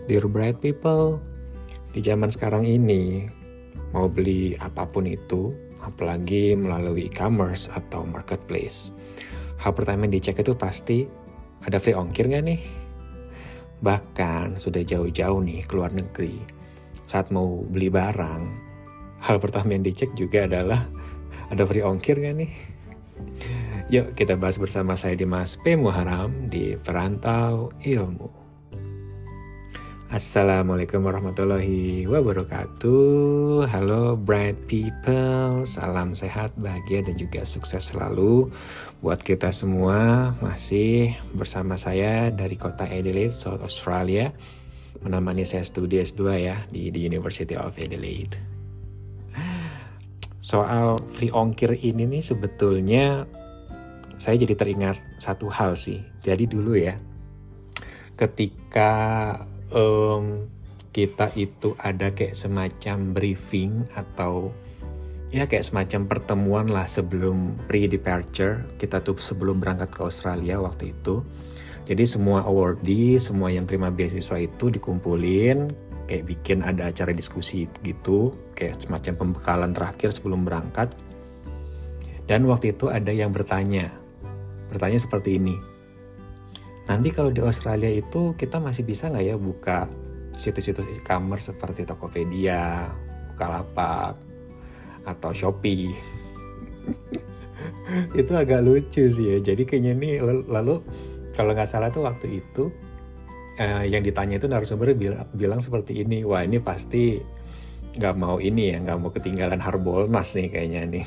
Dear bright people, di zaman sekarang ini mau beli apapun itu, apalagi melalui e-commerce atau marketplace, hal pertama yang dicek itu pasti ada free ongkir nggak nih? Bahkan sudah jauh-jauh nih keluar negeri, saat mau beli barang, hal pertama yang dicek juga adalah ada free ongkir nggak nih? Yuk kita bahas bersama saya Dimas P. Muharam di Perantau Ilmu. Assalamualaikum warahmatullahi wabarakatuh. Halo bright people, salam sehat, bahagia dan juga sukses selalu buat kita semua. Masih bersama saya dari kota Adelaide, South Australia, menemani saya studi S2 ya di University of Adelaide. Soal free ongkir ini nih sebetulnya saya jadi teringat satu hal sih. Jadi dulu ya, ketika kita itu ada kayak semacam briefing atau ya kayak semacam pertemuan lah sebelum pre-departure, kita tuh sebelum berangkat ke Australia waktu itu. Jadi semua awardee, semua yang terima beasiswa itu dikumpulin, kayak bikin ada acara diskusi gitu, kayak semacam pembekalan terakhir sebelum berangkat. Dan waktu itu ada yang bertanya seperti ini. Nanti kalau di Australia itu kita masih bisa nggak ya buka situs-situs e-commerce seperti Tokopedia, Bukalapak, atau Shopee? Itu agak lucu sih ya. Jadi kayaknya nih lalu kalau nggak salah tuh waktu itu yang ditanya itu narasumber bilang seperti ini. Wah ini pasti nggak mau ini ya, nggak mau ketinggalan Harbolnas nih kayaknya nih.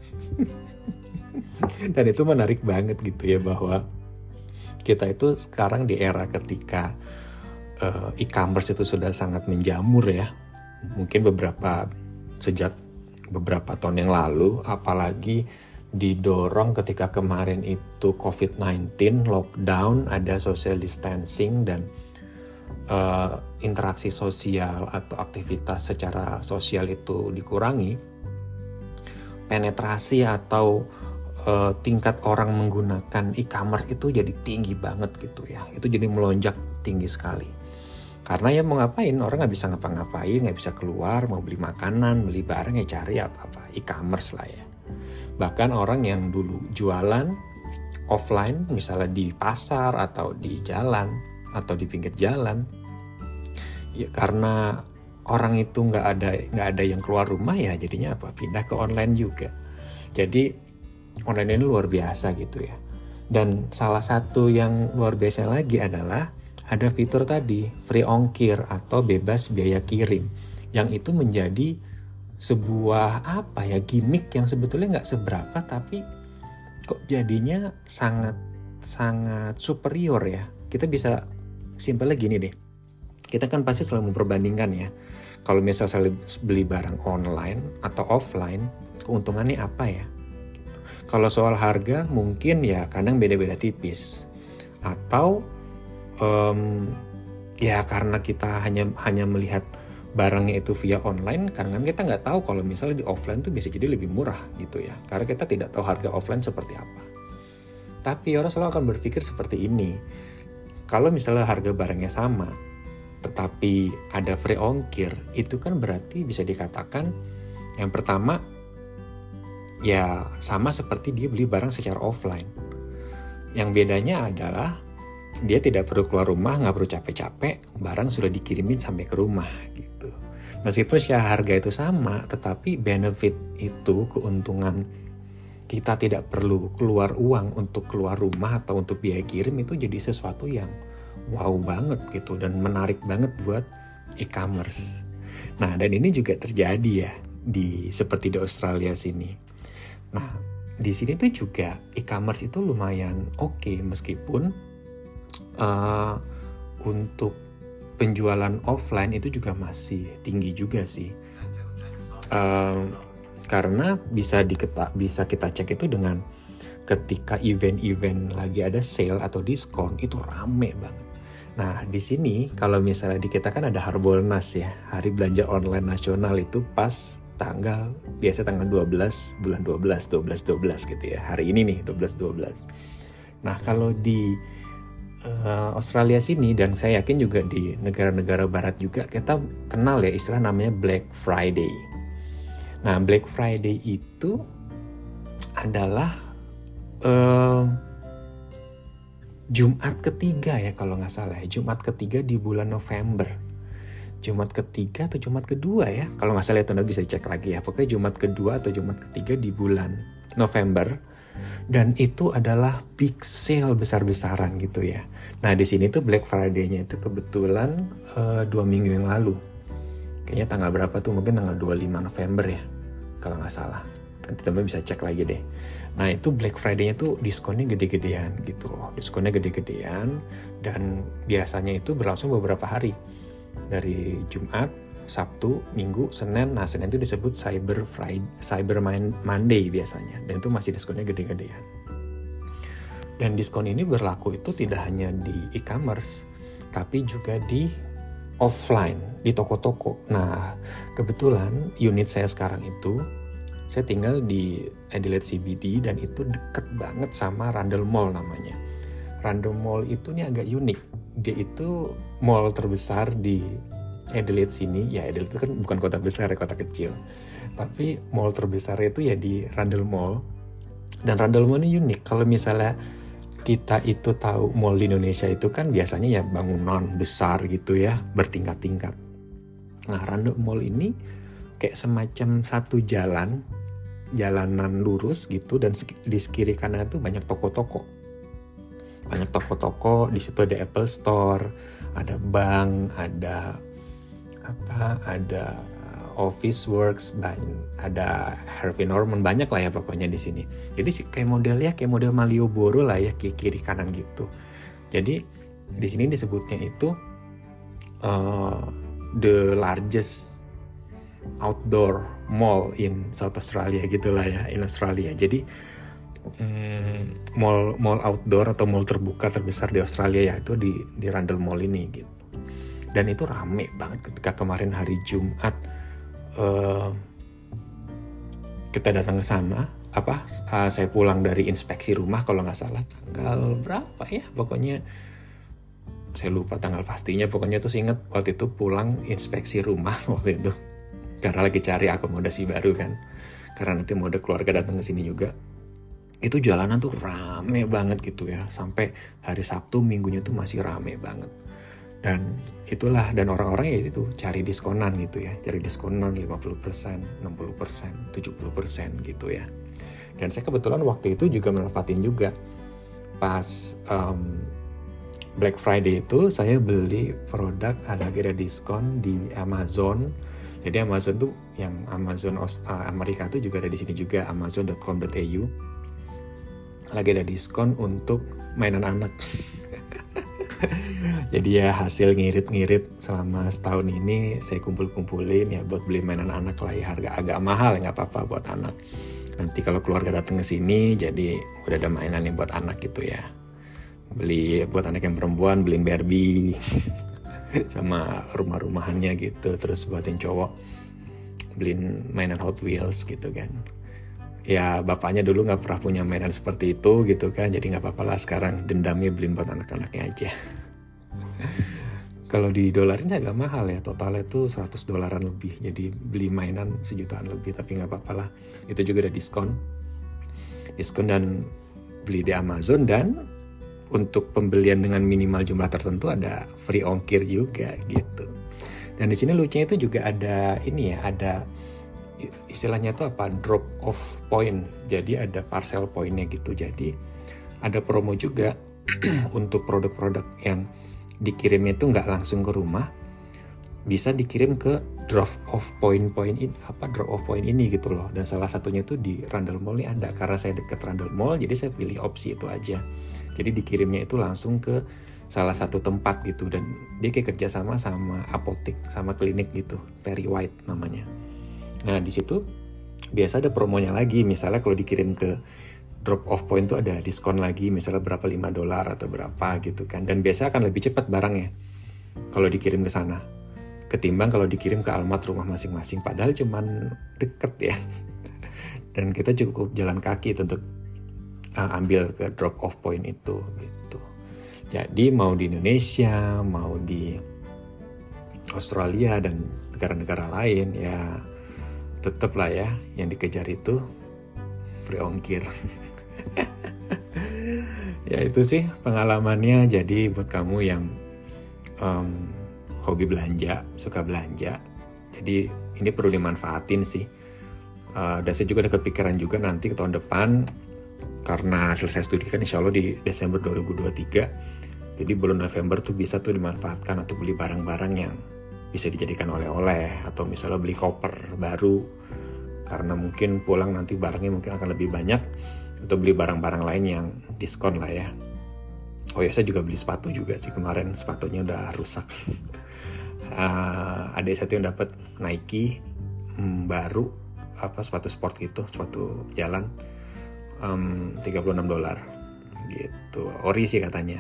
Dan itu menarik banget gitu ya bahwa kita itu sekarang di era ketika e-commerce itu sudah sangat menjamur ya. Mungkin sejak beberapa tahun yang lalu, apalagi didorong ketika kemarin itu COVID-19, lockdown, ada social distancing dan interaksi sosial atau aktivitas secara sosial itu dikurangi. Penetrasi atau tingkat orang menggunakan e-commerce itu jadi tinggi banget gitu ya. Itu jadi melonjak tinggi sekali. Karena ya mau ngapain, orang nggak bisa ngapa-ngapain, nggak bisa keluar, mau beli makanan, beli barang ya cari apa-apa, e-commerce lah ya. Bahkan orang yang dulu jualan offline, misalnya di pasar atau di jalan atau di pinggir jalan, ya karena orang itu nggak ada yang keluar rumah ya, jadinya apa? Pindah ke online juga. Jadi online ini luar biasa gitu ya. Dan salah satu yang luar biasa lagi adalah ada fitur tadi free ongkir atau bebas biaya kirim, yang itu menjadi sebuah gimmick yang sebetulnya nggak seberapa tapi kok jadinya sangat superior ya. Kita bisa simpelnya gini deh, kita kan pasti selalu memperbandingkan ya, kalau misalnya beli barang online atau offline keuntungannya apa ya. Kalau soal harga mungkin ya kadang beda-beda tipis, atau ya karena kita hanya melihat barangnya itu via online, karena kita nggak tahu kalau misalnya di offline tuh bisa jadi lebih murah gitu ya, karena kita tidak tahu harga offline seperti apa. Tapi orang selalu akan berpikir seperti ini, kalau misalnya harga barangnya sama tetapi ada free ongkir, itu kan berarti bisa dikatakan yang pertama ya sama seperti dia beli barang secara offline. Yang bedanya adalah dia tidak perlu keluar rumah, nggak perlu capek-capek, barang sudah dikirimin sampai ke rumah gitu. Meskipun secara harga itu sama, tetapi benefit itu, keuntungan kita tidak perlu keluar uang untuk keluar rumah atau untuk biaya kirim, itu jadi sesuatu yang wow banget gitu dan menarik banget buat e-commerce. Nah, dan ini juga terjadi ya seperti di Australia sini. Nah, di sini tuh juga e-commerce itu lumayan oke, meskipun untuk penjualan offline itu juga masih tinggi juga sih. Karena bisa kita cek itu dengan ketika event-event lagi ada sale atau diskon itu rame banget. Nah, di sini kalau misalnya di kita kan ada Harbolnas ya, Hari Belanja Online Nasional, itu pas biasa tanggal 12 bulan 12 gitu ya. Hari ini nih 12. Nah, kalau di Australia sini, dan saya yakin juga di negara-negara barat juga kita kenal ya istilah namanya Black Friday. Nah, Black Friday itu adalah Jumat ketiga ya kalau nggak salah ya, Jumat ketiga di bulan November. Jumat ketiga atau Jumat kedua ya, kalau nggak salah itu nanti bisa dicek lagi ya. Pokoknya Jumat kedua atau Jumat ketiga di bulan November, dan itu adalah big sale besar-besaran gitu ya. Nah di sini tuh Black Friday-nya itu kebetulan 2 minggu yang lalu. Kayaknya tanggal berapa tuh, mungkin tanggal 25 November ya kalau nggak salah. Nanti teman bisa cek lagi deh. Nah itu Black Friday-nya tuh diskonnya gede-gedean gitu loh. Diskonnya gede-gedean, dan biasanya itu berlangsung beberapa hari. Dari Jumat, Sabtu, Minggu, Senin. Nah Senin itu disebut Cyber Monday biasanya. Dan itu masih diskonnya gede-gedean. Dan diskon ini berlaku itu tidak hanya di e-commerce, tapi juga di offline, di toko-toko. Nah kebetulan unit saya sekarang itu, saya tinggal di Adelaide CBD, dan itu deket banget sama Rundle Mall namanya. Rundle Mall itu nih agak unik. Dia itu mall terbesar di Adelaide sini. Ya Adelaide itu kan bukan kota besar ya, kota kecil. Tapi mall terbesar itu ya di Rundle Mall. Dan Rundle Mall ini unik. Kalau misalnya kita itu tahu mall di Indonesia itu kan biasanya ya bangunan besar gitu ya, bertingkat-tingkat. Nah Rundle Mall ini kayak semacam satu jalanan lurus gitu, dan di kiri kanan itu banyak toko-toko. Banyak toko-toko, di situ ada Apple Store, ada bank, ada Office Works, ada Harvey Norman, banyak lah ya pokoknya di sini. Jadi kayak model Malioboro lah ya, kiri kanan gitu. Jadi di sini disebutnya itu the largest outdoor mall in South Australia gitulah ya, in Australia. Jadi mall outdoor atau mall terbuka terbesar di Australia ya itu di Rundle Mall ini gitu. Dan itu rame banget ketika kemarin hari Jumat kita datang ke sana. Saya pulang dari inspeksi rumah kalau nggak salah tanggal berapa ya, pokoknya saya lupa tanggal pastinya. Pokoknya tuh inget waktu itu pulang inspeksi rumah waktu itu, karena lagi cari akomodasi baru kan, karena nanti mau ada keluarga datang ke sini juga. Itu jalanan tuh rame banget gitu ya, sampai hari Sabtu minggunya tuh masih rame banget. Dan itulah, dan orang-orang ya itu cari diskonan gitu ya, cari diskonan 50%, 60%, 70% gitu ya. Dan saya kebetulan waktu itu juga manfaatin juga pas Black Friday itu saya beli produk lagi ada diskon di Amazon. Jadi Amazon tuh yang Amazon Amerika tuh juga ada di sini juga, amazon.com.au. Lagi ada diskon untuk mainan anak. Jadi ya hasil ngirit-ngirit selama setahun ini saya kumpul-kumpulin ya buat beli mainan anak lah ya, harga agak mahal ya, nggak apa-apa buat anak. Nanti kalau keluarga datang ke sini jadi udah ada mainan yang buat anak gitu ya. Beli buat anak yang perempuan beliin Barbie sama rumah-rumahannya gitu. Terus buatin cowok beliin mainan Hot Wheels gitu kan. Ya bapaknya dulu nggak pernah punya mainan seperti itu gitu kan, jadi nggak apa-apa lah sekarang dendamnya beliin buat anak-anaknya aja. Kalau di dolarin agak mahal ya, totalnya tuh $100 lebih, jadi beli mainan sejutaan lebih, tapi nggak apa-apa lah. Itu juga ada diskon dan beli di Amazon, dan untuk pembelian dengan minimal jumlah tertentu ada free ongkir juga gitu. Dan di sini lucunya itu juga ada ini ya, ada istilahnya itu apa, drop off point. Jadi ada parcel pointnya gitu. Jadi ada promo juga untuk produk-produk yang dikirimnya itu nggak langsung ke rumah, bisa dikirim ke drop off point ini gitu loh. Dan salah satunya itu di Rundle Mall ini ada, karena saya deket Rundle Mall jadi saya pilih opsi itu aja. Jadi dikirimnya itu langsung ke salah satu tempat gitu, dan dia kayak kerjasama sama apotek sama klinik gitu, Terry White namanya. Nah di situ biasa ada promonya lagi, misalnya kalau dikirim ke drop off point tuh ada diskon lagi, misalnya berapa $5 atau berapa gitu kan. Dan biasa akan lebih cepat barangnya kalau dikirim ke sana ketimbang kalau dikirim ke alamat rumah masing-masing, padahal cuman deket ya. Dan kita cukup jalan kaki untuk ambil ke drop off point itu gitu. Jadi mau di Indonesia, mau di Australia dan negara-negara lain, ya tetap lah ya yang dikejar itu free ongkir. Ya itu sih pengalamannya. Jadi buat kamu yang hobi belanja, suka belanja, jadi ini perlu dimanfaatin sih. Dan saya juga ada kepikiran juga nanti ke tahun depan, karena selesai studi kan insya Allah di Desember 2023, jadi bulan November tuh bisa tuh dimanfaatkan untuk beli barang-barang yang bisa dijadikan oleh-oleh, atau misalnya beli koper baru karena mungkin pulang nanti barangnya mungkin akan lebih banyak, atau beli barang-barang lain yang diskon lah ya. Oh ya, saya juga beli sepatu juga sih kemarin, sepatunya udah rusak. Adik saya tuh yang dapat Nike baru, sepatu sport gitu, sepatu jalan, $36 gitu, ori sih katanya.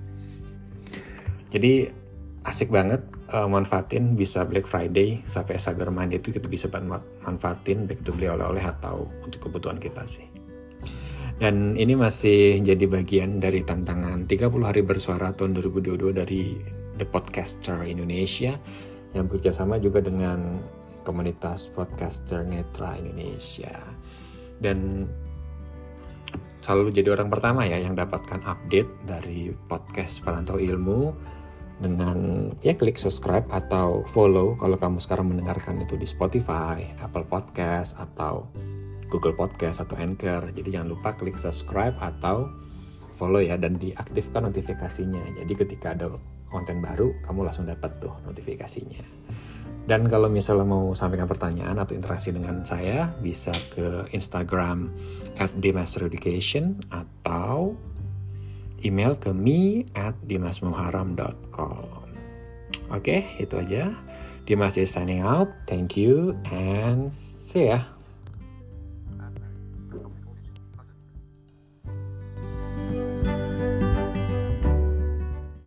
Jadi asik banget, manfaatin bisa Black Friday sampai Cyber Monday itu kita bisa manfaatin baik itu beli oleh-oleh atau untuk kebutuhan kita sih. Dan ini masih jadi bagian dari tantangan 30 hari bersuara tahun 2022 dari The Podcaster Indonesia yang bekerjasama juga dengan komunitas Podcaster Netra Indonesia. Dan selalu jadi orang pertama ya yang dapatkan update dari podcast Perantau Ilmu dengan ya klik subscribe atau follow kalau kamu sekarang mendengarkan itu di Spotify, Apple Podcast atau Google Podcast atau Anchor. Jadi jangan lupa klik subscribe atau follow ya, dan diaktifkan notifikasinya. Jadi ketika ada konten baru kamu langsung dapat tuh notifikasinya. Dan kalau misalnya mau sampaikan pertanyaan atau interaksi dengan saya, bisa ke Instagram @dimastereducation atau email ke me@dimasmuharam.com. Oke, itu aja. Dimas is signing out. Thank you and see ya.